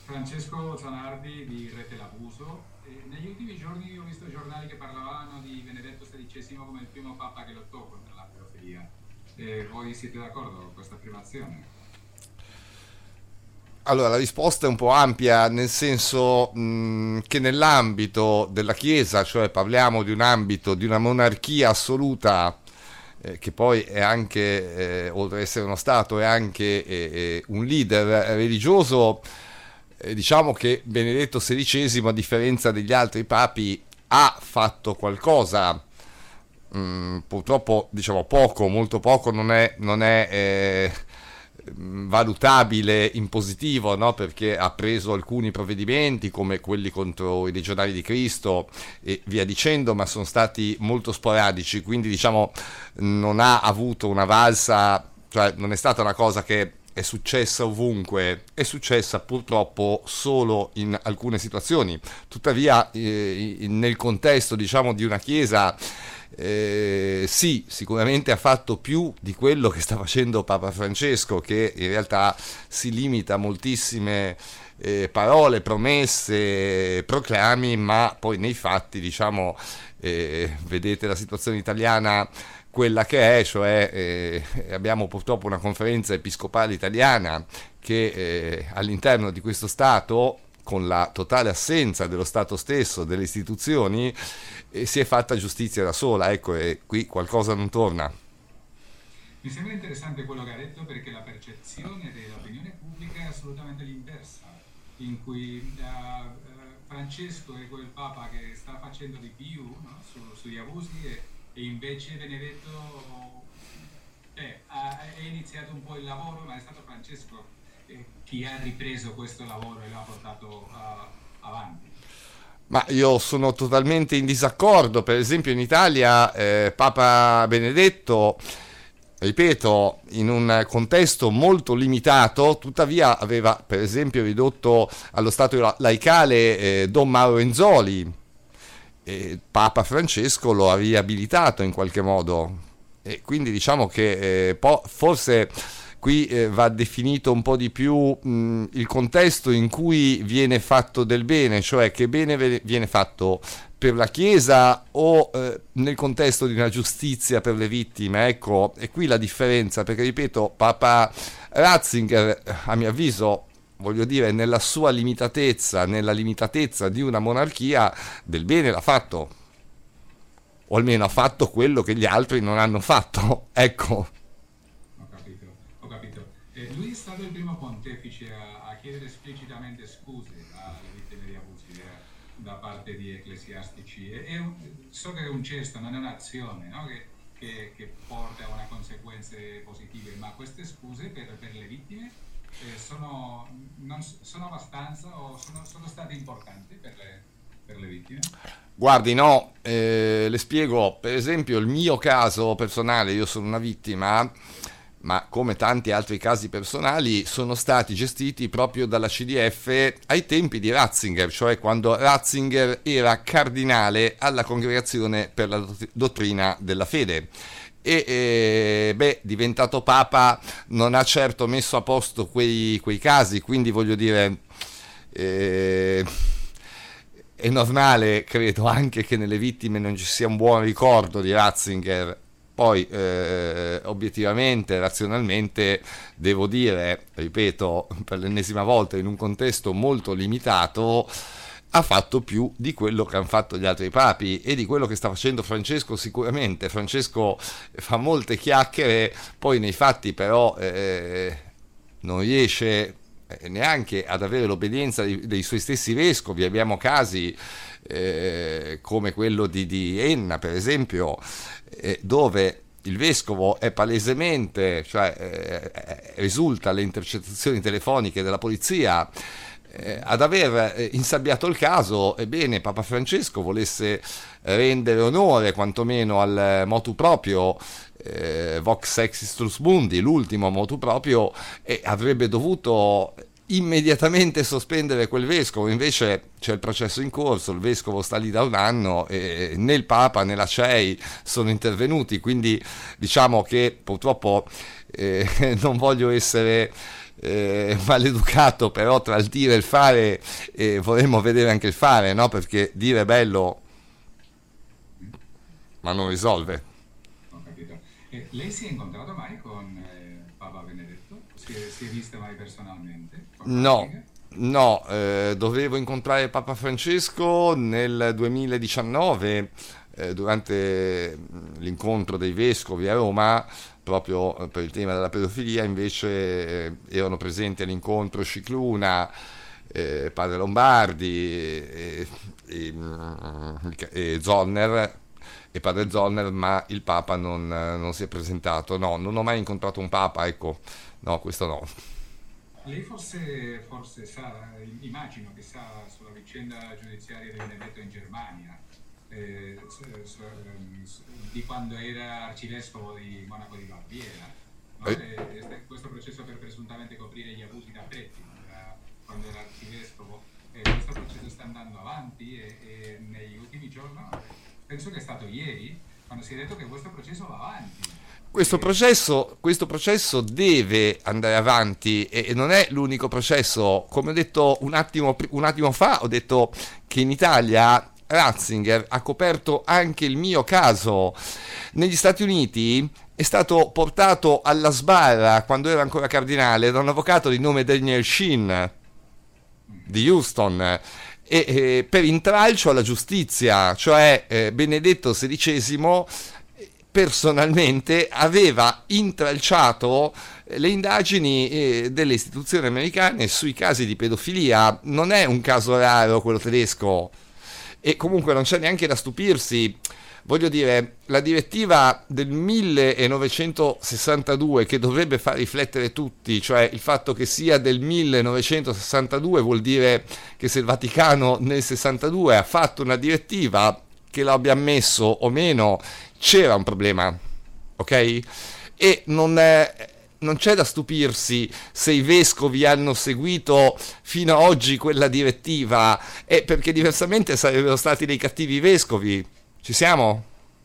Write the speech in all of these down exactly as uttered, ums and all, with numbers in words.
Francesco Zanardi di Rete L'Abuso. E negli ultimi giorni ho visto giornali che parlavano di Benedetto sedicesimo come il primo papa che lottò contro la pedofilia. E voi siete d'accordo con questa affermazione? Allora, la risposta è un po' ampia, nel senso mh, che nell'ambito della Chiesa, cioè parliamo di un ambito, di una monarchia assoluta, eh, che poi è anche, eh, oltre ad essere uno Stato, è anche eh, un leader religioso, eh, diciamo che Benedetto sedicesimo, a differenza degli altri papi, ha fatto qualcosa. Mm, purtroppo, diciamo, poco, molto poco, non è, non è eh, valutabile in positivo, no? Perché ha preso alcuni provvedimenti come quelli contro i legionari di Cristo e via dicendo, ma sono stati molto sporadici, quindi diciamo non ha avuto una valsa, cioè non è stata una cosa che è successa ovunque, è successa purtroppo solo in alcune situazioni. Tuttavia eh, nel contesto, diciamo, di una Chiesa, Eh, sì, sicuramente ha fatto più di quello che sta facendo Papa Francesco, che in realtà si limita a moltissime eh, parole, promesse, proclami, ma poi nei fatti, diciamo, eh, vedete la situazione italiana quella che è, cioè eh, abbiamo purtroppo una conferenza episcopale italiana che eh, all'interno di questo Stato, con la totale assenza dello Stato stesso, delle istituzioni, e si è fatta giustizia da sola, ecco, e qui qualcosa non torna. Mi sembra interessante quello che ha detto perché la percezione dell'opinione pubblica è assolutamente l'inversa, in cui uh, uh, Francesco è quel papa che sta facendo di più, no? Su, sugli abusi e, e invece Benedetto eh, ha, è iniziato un po' il lavoro, ma è stato Francesco eh, chi ha ripreso questo lavoro e lo ha portato uh, avanti. Ma io sono totalmente in disaccordo. Per esempio in Italia eh, Papa Benedetto, ripeto, in un contesto molto limitato, tuttavia aveva per esempio ridotto allo stato laicale eh, Don Mauro Enzoli, e Papa Francesco lo ha riabilitato in qualche modo, e quindi diciamo che eh, po- forse qui eh, va definito un po' di più mh, il contesto in cui viene fatto del bene, cioè che bene viene fatto per la Chiesa o eh, nel contesto di una giustizia per le vittime, ecco, e qui la differenza, perché ripeto, Papa Ratzinger, a mio avviso, voglio dire, nella sua limitatezza, nella limitatezza di una monarchia, del bene l'ha fatto, o almeno ha fatto quello che gli altri non hanno fatto, ecco. Ho capito, ho capito. Eh, lui è stato il primo pontefice a, a chiedere esplicitamente scuse alle vittime di abusi eh, da parte di ecclesiastici. E, è un, so che è un gesto, non è un'azione, no? che, che, che porta a una conseguenze positive, ma queste scuse per, per le vittime eh, sono, non, sono abbastanza o sono, sono state importanti per le, per le vittime? Guardi, no, eh, le spiego, per esempio il mio caso personale, io sono una vittima, ma come tanti altri casi personali sono stati gestiti proprio dalla C D F ai tempi di Ratzinger, cioè quando Ratzinger era cardinale alla Congregazione per la Dottrina della Fede. E eh, beh, diventato papa non ha certo messo a posto quei, quei casi, quindi voglio dire... Eh, è normale, credo, anche che nelle vittime non ci sia un buon ricordo di Ratzinger. Poi eh, obiettivamente, razionalmente, devo dire, ripeto per l'ennesima volta, in un contesto molto limitato ha fatto più di quello che hanno fatto gli altri papi e di quello che sta facendo Francesco sicuramente. Francesco fa molte chiacchiere, poi nei fatti però eh, non riesce neanche ad avere l'obbedienza dei, dei suoi stessi vescovi. Abbiamo casi eh, come quello di, di Enna, per esempio, eh, dove il vescovo è palesemente, cioè eh, risulta alle intercettazioni telefoniche della polizia eh, ad aver eh, insabbiato il caso. Ebbene, Papa Francesco volesse rendere onore quantomeno al motu proprio Eh, Vox Sextus Mundi, l'ultimo motu proprio, e avrebbe dovuto immediatamente sospendere quel vescovo. Invece c'è il processo in corso, il vescovo sta lì da un anno e né il Papa né la C E I sono intervenuti, quindi diciamo che purtroppo eh, non voglio essere eh, maleducato, però tra il dire e il fare eh, vorremmo vedere anche il fare, no? Perché dire è bello, ma non risolve. Ho capito. E lei si è incontrato mai con eh, Papa Benedetto? Si è, si è vista mai personalmente? Con No, Ratzinger? no, eh, dovevo incontrare Papa Francesco nel duemiladiciannove eh, durante mh, l'incontro dei vescovi a Roma, proprio eh, per il tema della pedofilia. Invece eh, erano presenti all'incontro Scicluna, eh, Padre Lombardi e, e, mh, e Zollner e Padre Zollner, ma il Papa non, non si è presentato. No, non ho mai incontrato un Papa, ecco, no, questo no. Lei forse, forse sa, immagino che sa sulla vicenda giudiziaria di Benedetto in Germania, eh, s- s- ehm, s- di quando era arcivescovo di Monaco di Baviera, no? Eh, E- e questo processo per presuntamente coprire gli abusi da preti, quando era, quando era arcivescovo. E questo processo sta andando avanti e, e negli ultimi giorni, no, penso che è stato ieri, quando si è detto che questo processo va avanti. Questo E- processo, questo processo deve andare avanti e, e non è l'unico processo. Come ho detto un attimo, pri- un attimo fa, ho detto che in Italia Ratzinger ha coperto anche il mio caso. Negli Stati Uniti è stato portato alla sbarra quando era ancora cardinale da un avvocato di nome Daniel Sheen Mhm. di Houston e, e per intralcio alla giustizia, cioè eh, Benedetto sedicesimo personalmente aveva intralciato le indagini eh, delle istituzioni americane sui casi di pedofilia. Non è un caso raro quello tedesco e comunque non c'è neanche da stupirsi. Voglio dire, la direttiva del millenovecentosessantadue che dovrebbe far riflettere tutti, cioè il fatto che sia del millenovecentosessantadue vuol dire che se il Vaticano nel sessantadue ha fatto una direttiva, che lo abbia ammesso o meno, c'era un problema, ok? E non, è, non c'è da stupirsi se i vescovi hanno seguito fino ad oggi quella direttiva, e perché diversamente sarebbero stati dei cattivi vescovi. Ci siamo?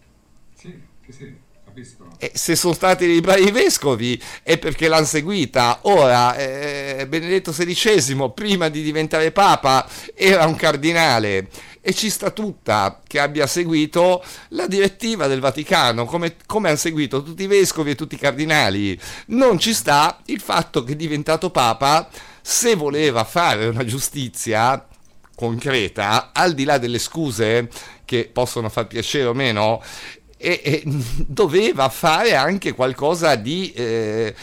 Sì, sì, sì, capisco. E se sono stati dei bravi vescovi è perché l'hanno seguita. Ora, eh, Benedetto sedicesimo, prima di diventare papa, era un cardinale e ci sta tutta che abbia seguito la direttiva del Vaticano, come, come hanno seguito tutti i vescovi e tutti i cardinali. Non ci sta il fatto che è diventato papa, se voleva fare una giustizia concreta, al di là delle scuse che possono far piacere o meno, e, e doveva fare anche qualcosa di eh,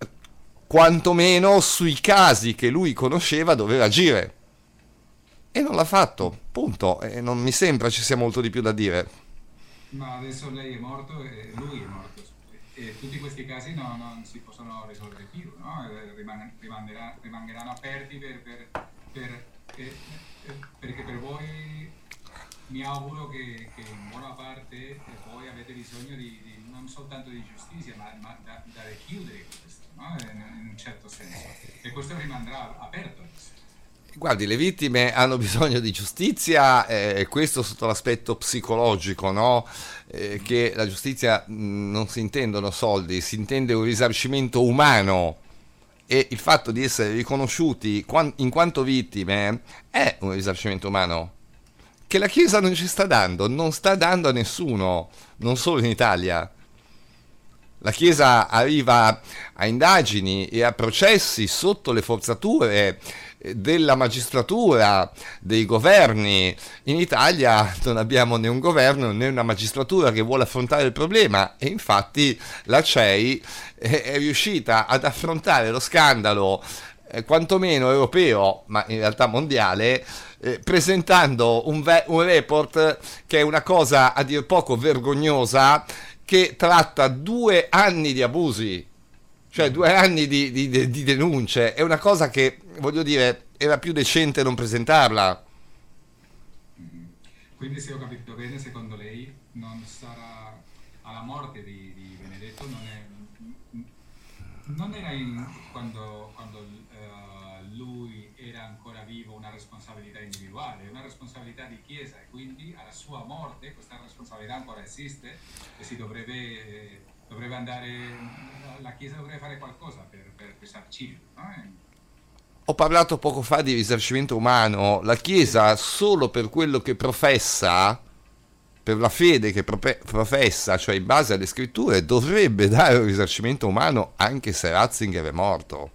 quantomeno sui casi che lui conosceva doveva agire e non l'ha fatto, punto. E non mi sembra ci sia molto di più da dire. Ma adesso lei è morto e lui è morto e tutti questi casi no- non si possono risolvere più, no? Eh, riman- rimanderà- rimangeranno aperti per, per- per- eh, eh, perché per voi mi auguro che, che in buona parte eh, voi avete bisogno di, di- non soltanto di giustizia, ma, ma da, da richiudere questo, no? In, in un certo senso. E questo rimarrà aperto adesso. Guardi, le vittime hanno bisogno di giustizia, e eh, questo sotto l'aspetto psicologico, no? Eh, Mhm. che la giustizia mh, non si intendono soldi, si intende un risarcimento umano e il fatto di essere riconosciuti quan- in quanto vittime è un risarcimento umano che la Chiesa non ci sta dando, non sta dando a nessuno, non solo in Italia. La Chiesa arriva a indagini e a processi sotto le forzature della magistratura, dei governi. In Italia non abbiamo né un governo né una magistratura che vuole affrontare il problema e infatti la C E I è riuscita ad affrontare lo scandalo eh, quantomeno europeo, ma in realtà mondiale, eh, presentando un, ve- un report che è una cosa a dir poco vergognosa, che tratta due anni di abusi, cioè Mhm. due anni di, di- di denunce. È una cosa che, voglio dire, era più decente non presentarla. Mhm. Quindi se ho capito bene, secondo lei non sarà alla morte di, di Benedetto, non è, non era in- quando, quando, eh, lui era ancora vivo una responsabilità individuale, è una responsabilità di Chiesa e quindi alla sua morte questa responsabilità ancora esiste e si dovrebbe, dovrebbe andare, la Chiesa dovrebbe fare qualcosa per, per risarcirlo, no? Ho parlato poco fa di risarcimento umano. La Chiesa, solo per quello che professa, per la fede che prope- professa, cioè in base alle scritture, dovrebbe dare un risarcimento umano anche se Ratzinger è morto.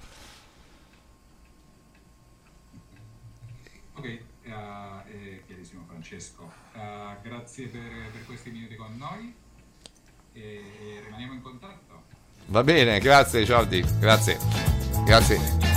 Ok, uh, eh, chiarissimo Francesco, uh, grazie per, per questi minuti con noi e, e rimaniamo in contatto. Va bene, grazie Jordi, grazie, grazie.